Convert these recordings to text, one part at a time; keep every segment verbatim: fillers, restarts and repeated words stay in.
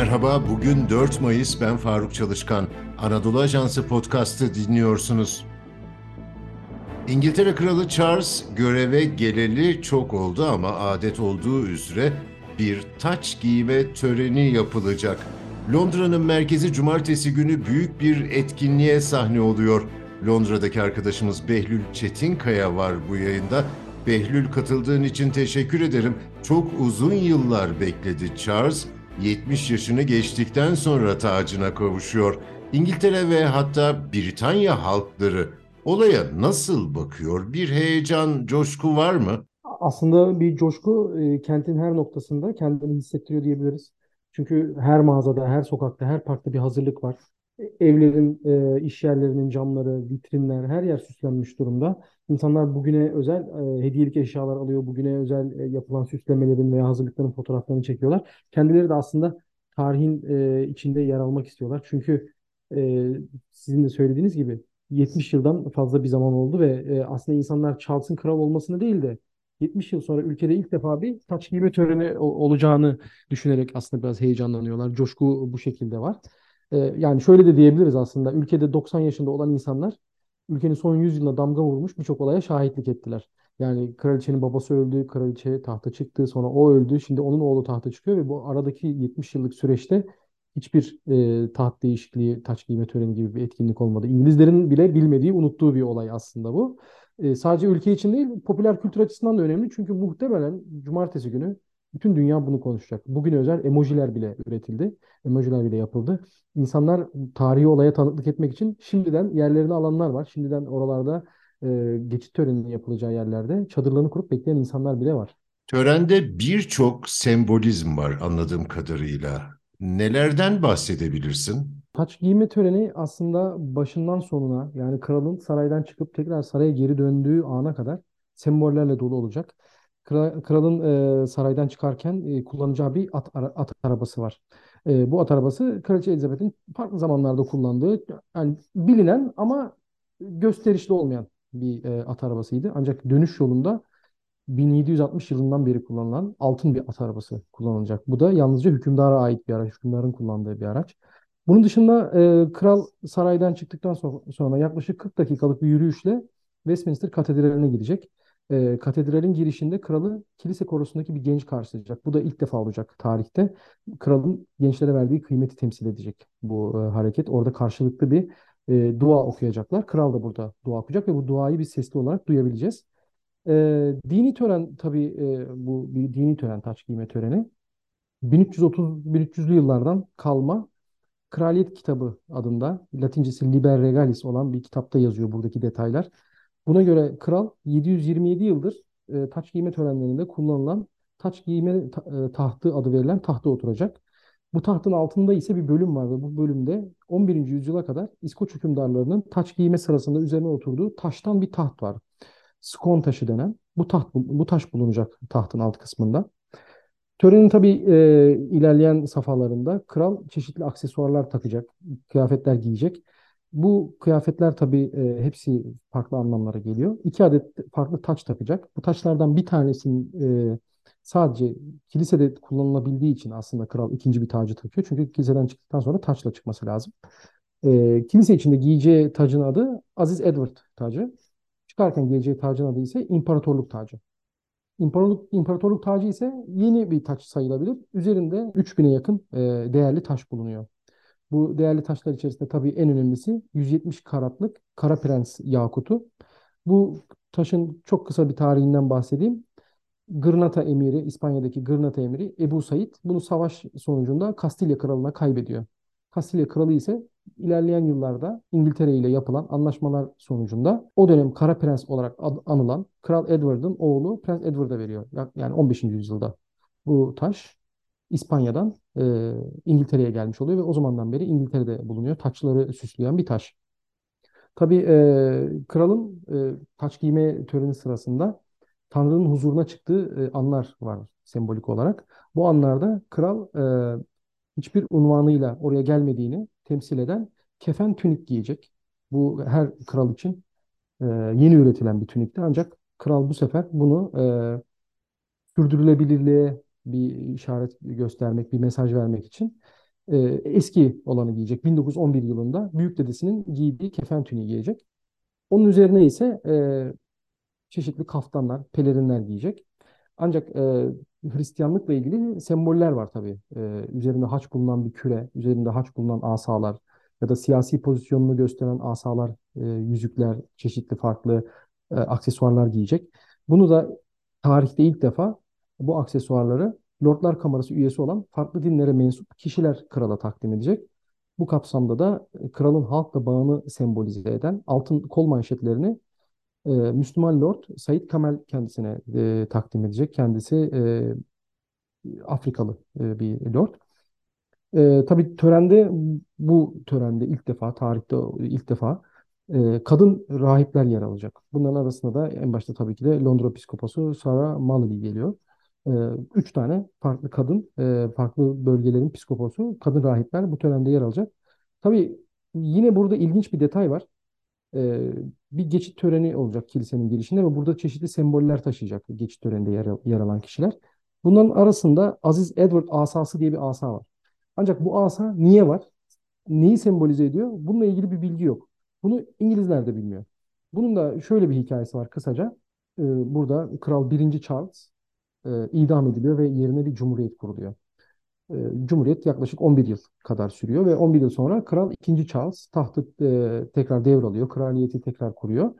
Merhaba, bugün dört Mayıs, ben Faruk Çalışkan. Anadolu Ajansı podcast'ı dinliyorsunuz. İngiltere Kralı Charles göreve geleli çok oldu ama adet olduğu üzere bir taç giyme töreni yapılacak. Londra'nın merkezi cumartesi günü büyük bir etkinliğe sahne oluyor. Londra'daki arkadaşımız Behlül Çetinkaya var bu yayında. Behlül, katıldığın için teşekkür ederim. Çok uzun yıllar bekledi Charles. yetmiş yaşını geçtikten sonra tacına kavuşuyor. İngiltere ve hatta Britanya halkları olaya nasıl bakıyor? Bir heyecan, coşku var mı? Aslında bir coşku e, kentin her noktasında kendini hissettiriyor diyebiliriz. Çünkü her mağazada, her sokakta, her parkta bir hazırlık var. E, Evlerin, e, iş yerlerinin camları, vitrinler, her yer süslenmiş durumda. İnsanlar bugüne özel e, hediyelik eşyalar alıyor. Bugüne özel e, yapılan süslemelerin veya hazırlıkların fotoğraflarını çekiyorlar. Kendileri de aslında tarihin e, içinde yer almak istiyorlar. Çünkü e, sizin de söylediğiniz gibi yetmiş yıldan fazla bir zaman oldu ve e, aslında insanlar Charles'ın kral olmasını değil de yetmiş yıl sonra ülkede ilk defa bir taç giyme töreni o- olacağını düşünerek aslında biraz heyecanlanıyorlar. Coşku bu şekilde var. Ee, yani şöyle de diyebiliriz aslında. Ülkede doksan yaşında olan insanlar ülkenin son yüz yılına damga vurmuş birçok olaya şahitlik ettiler. Yani kraliçenin babası öldü, kraliçe tahta çıktı, sonra o öldü, şimdi onun oğlu tahta çıkıyor ve bu aradaki yetmiş yıllık süreçte hiçbir e, taht değişikliği, taç giyme töreni gibi bir etkinlik olmadı. İngilizlerin bile bilmediği, unuttuğu bir olay aslında bu. E, sadece ülke için değil, popüler kültür açısından da önemli. Çünkü muhtemelen cumartesi günü bütün dünya bunu konuşacak. Bugüne özel emojiler bile üretildi. Emojiler bile yapıldı. İnsanlar tarihi olaya tanıklık etmek için şimdiden yerlerini alanlar var. Şimdiden oralarda e, geçit töreninin yapılacağı yerlerde çadırlarını kurup bekleyen insanlar bile var. Törende birçok sembolizm var anladığım kadarıyla. Nelerden bahsedebilirsin? Taç giyme töreni aslında başından sonuna, yani kralın saraydan çıkıp tekrar saraya geri döndüğü ana kadar sembollerle dolu olacak. Kra- Kralın e, saraydan çıkarken e, kullanacağı bir at, ara- at arabası var. E, bu at arabası Kraliçe Elizabeth'in farklı zamanlarda kullandığı, yani bilinen ama gösterişli olmayan bir e, at arabasıydı. Ancak dönüş yolunda bin yedi yüz altmış yılından beri kullanılan altın bir at arabası kullanılacak. Bu da yalnızca hükümdara ait bir araç, hükümdarın kullandığı bir araç. Bunun dışında e, kral saraydan çıktıktan so- sonra yaklaşık kırk dakikalık bir yürüyüşle Westminster Katedrali'ne gidecek. E, katedralin girişinde kralı kilise korosundaki bir genç karşılayacak. Bu da ilk defa olacak tarihte. Kralın gençlere verdiği kıymeti temsil edecek bu e, hareket. Orada karşılıklı bir e, dua okuyacaklar. Kral da burada dua okuyacak ve bu duayı biz sesli olarak duyabileceğiz. Ee, dini tören tabii, e, bu bir dini tören, taç giyme töreni. bin üç yüz otuz bin üç yüzlü yıllardan kalma Kraliyet Kitabı adında, Latincesi Liber Regalis olan bir kitapta yazıyor buradaki detaylar. Buna göre kral yedi yüz yirmi yedi yıldır e, taç giyme törenlerinde kullanılan taç giyme ta- e, tahtı adı verilen tahta oturacak. Bu tahtın altında ise bir bölüm var ve bu bölümde on birinci yüzyıla kadar İskoç hükümdarlarının taç giyme sırasında üzerine oturduğu taştan bir taht var. Skon taşı denen bu taht bu taş bulunacak tahtın alt kısmında. Törenin tabii e, ilerleyen safhalarında kral çeşitli aksesuarlar takacak, kıyafetler giyecek. Bu kıyafetler tabii e, hepsi farklı anlamlara geliyor. İki adet farklı taç takacak. Bu taçlardan bir tanesinin e, sadece kilisede kullanılabildiği için aslında kral ikinci bir tacı takıyor. Çünkü kiliseden çıktıktan sonra taçla çıkması lazım. E, kilise içinde giyeceği tacın adı Aziz Edward tacı. Çıkarken giyeceği tacın adı ise İmparatorluk tacı. İmparatorluk, imparatorluk tacı ise yeni bir taç sayılabilir. Üzerinde üç bine yakın e, değerli taş bulunuyor. Bu değerli taşlar içerisinde tabii en önemlisi yüz yetmiş karatlık Kara Prens yakutu. Bu taşın çok kısa bir tarihinden bahsedeyim. Gırnata emiri, İspanya'daki Gırnata emiri Ebu Said bunu savaş sonucunda Kastilya kralına kaybediyor. Kastilya kralı ise ilerleyen yıllarda İngiltere ile yapılan anlaşmalar sonucunda o dönem Kara Prens olarak ad- anılan Kral Edward'ın oğlu Prens Edward'a veriyor. Ya- Yani on beşinci yüzyılda bu taş İspanya'dan e, İngiltere'ye gelmiş oluyor ve o zamandan beri İngiltere'de bulunuyor. Taçları süsleyen bir taş. Tabii e, kralın e, taç giyme töreni sırasında Tanrı'nın huzuruna çıktığı e, anlar var sembolik olarak. Bu anlarda kral e, hiçbir unvanıyla oraya gelmediğini temsil eden kefen tünik giyecek. Bu her kral için e, yeni üretilen bir tünikti. Ancak kral bu sefer bunu e, sürdürülebilirliğe bir işaret göstermek, bir mesaj vermek için E, Eski olanı giyecek. bin dokuz yüz on bir yılında büyük dedesinin giydiği kefen tüniği giyecek. Onun üzerine ise e, çeşitli kaftanlar, pelerinler giyecek. Ancak e, Hristiyanlıkla ilgili semboller var tabii. E, üzerinde haç bulunan bir küre, üzerinde haç bulunan asalar ya da siyasi pozisyonunu gösteren asalar, e, yüzükler, çeşitli farklı e, aksesuarlar giyecek. Bunu da tarihte ilk defa bu aksesuarları Lordlar Kamerası üyesi olan farklı dinlere mensup kişiler krala takdim edecek. Bu kapsamda da e, kralın halkla bağını sembolize eden altın kol manşetlerini e, Müslüman Lord Said Kamel kendisine e, takdim edecek. Kendisi e, Afrikalı e, bir lord. E, tabii törende bu törende ilk defa tarihte ilk defa e, kadın rahipler yer alacak. Bunların arasında da en başta tabii ki de Londra Piskoposu Sarah Malloy geliyor. E, Üç tane farklı kadın, e, farklı bölgelerin piskoposu, kadın rahipler bu törende yer alacak. Tabii yine burada ilginç bir detay var. e, Bir geçit töreni olacak kilisenin girişinde ve burada çeşitli semboller taşıyacak geçit töreninde yer, yer alan kişiler. Bunların arasında Aziz Edward asası diye bir asa var. Ancak bu asa niye var? Neyi sembolize ediyor? Bununla ilgili bir bilgi yok. Bunu İngilizler de bilmiyor. Bunun da şöyle bir hikayesi var kısaca. E, burada Kral birinci. Charles e, idam ediliyor ve yerine bir cumhuriyet kuruluyor. E, Cumhuriyet yaklaşık on bir yıl kadar sürüyor ve on bir yıl sonra Kral ikinci. Charles tahtı e, tekrar devralıyor, kraliyeti tekrar kuruyor.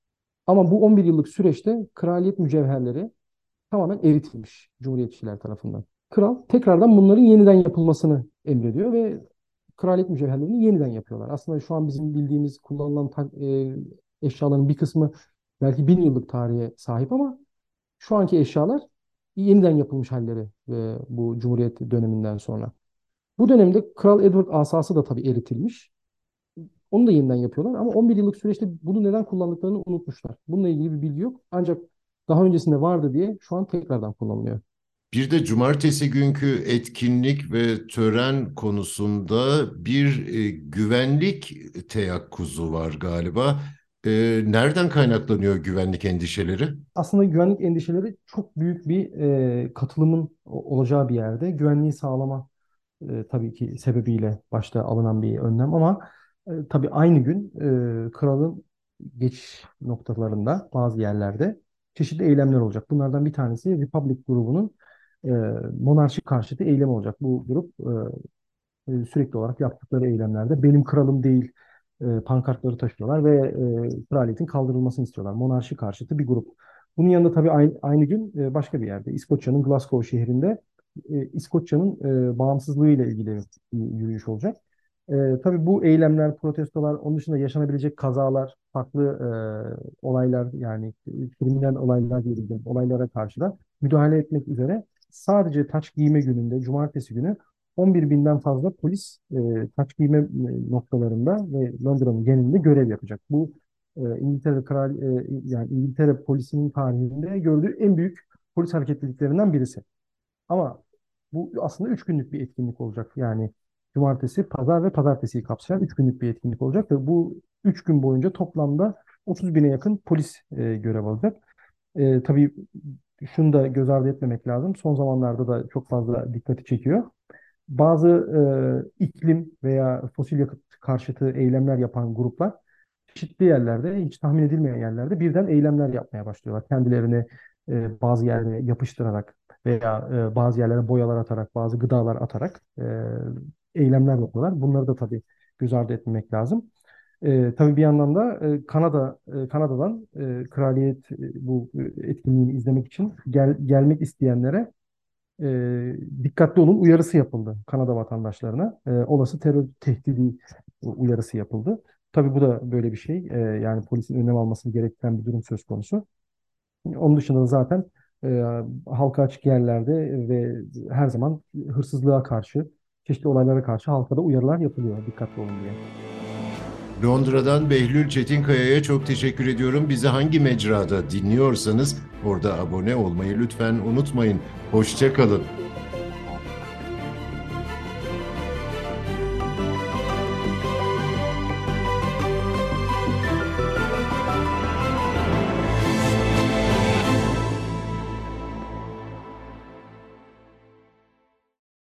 Ama bu on bir yıllık süreçte kraliyet mücevherleri tamamen eritilmiş Cumhuriyetçiler tarafından. Kral tekrardan bunların yeniden yapılmasını emrediyor ve kraliyet mücevherlerini yeniden yapıyorlar. Aslında şu an bizim bildiğimiz kullanılan ta- e, eşyaların bir kısmı belki bin yıllık tarihe sahip ama şu anki eşyalar yeniden yapılmış halleri e, bu Cumhuriyet döneminden sonra. Bu dönemde Kral Edward asası da tabii eritilmiş. Onu da yeniden yapıyorlar ama on bir yıllık süreçte bunu neden kullandıklarını unutmuşlar. Bununla ilgili bir bilgi yok. Ancak daha öncesinde vardı diye şu an tekrardan kullanılıyor. Bir de cumartesi günkü etkinlik ve tören konusunda bir e, güvenlik teyakkuzu var galiba. E, nereden kaynaklanıyor güvenlik endişeleri? Aslında güvenlik endişeleri çok büyük bir e, katılımın o- olacağı bir yerde. Güvenliği sağlama e, tabii ki sebebiyle başta alınan bir önlem ama e, tabii aynı gün e, kralın geçiş noktalarında bazı yerlerde çeşitli eylemler olacak. Bunlardan bir tanesi Republic grubunun e, monarşi karşıtı eylem olacak. Bu grup e, sürekli olarak yaptıkları eylemlerde benim kralım değil e, pankartları taşıyorlar ve e, kraliyetin kaldırılmasını istiyorlar. Monarşi karşıtı bir grup. Bunun yanında tabii aynı, aynı gün e, başka bir yerde İskoçya'nın Glasgow şehrinde e, İskoçya'nın e, bağımsızlığı ile ilgili bir yürüyüş olacak. E, tabii bu eylemler, protestolar, onun dışında yaşanabilecek kazalar, farklı e, olaylar yani e, kriminal olaylar diyebileceğim olaylara karşı da müdahale etmek üzere sadece taç giyme gününde, cumartesi günü on bir binden fazla polis e, taç giyme e, noktalarında ve Londra'nın genelinde görev yapacak. Bu e, İngiltere Kral e, yani İngiltere polisinin tarihinde gördüğü en büyük polis hareketliliklerinden birisi. Ama bu aslında üç günlük bir etkinlik olacak. Yani cumartesi, pazar ve pazartesiyi kapsayan üç günlük bir etkinlik olacak ve bu üç gün boyunca toplamda otuz bine yakın polis e, görev alacak. E, tabii şunu da göz ardı etmemek lazım. Son zamanlarda da çok fazla dikkati çekiyor. Bazı e, iklim veya fosil yakıt karşıtı eylemler yapan gruplar çeşitli yerlerde, hiç tahmin edilmeyen yerlerde birden eylemler yapmaya başlıyorlar. Kendilerini e, bazı yerlere yapıştırarak veya e, bazı yerlere boyalar atarak, bazı gıdalar atarak e, eylemler yapıyorlar. Bunları da tabii göz ardı etmemek lazım. E, tabii bir yandan da e, Kanada e, Kanada'dan e, kraliyet e, bu e, etkinliğini izlemek için gel, gelmek isteyenlere e, dikkatli olun uyarısı yapıldı Kanada vatandaşlarına. E, olası terör tehdidi uyarısı yapıldı. Tabii bu da böyle bir şey. E, yani polisin önlem almasını gerektiren bir durum söz konusu. Onun dışında da zaten e, halka açık yerlerde ve her zaman hırsızlığa karşı, çeşitli olaylara karşı halka da uyarılar yapılıyor. Dikkatli olun diye. Londra'dan Behlül Çetinkaya'ya çok teşekkür ediyorum. Bizi hangi mecrada dinliyorsanız orada abone olmayı lütfen unutmayın. Hoşça kalın.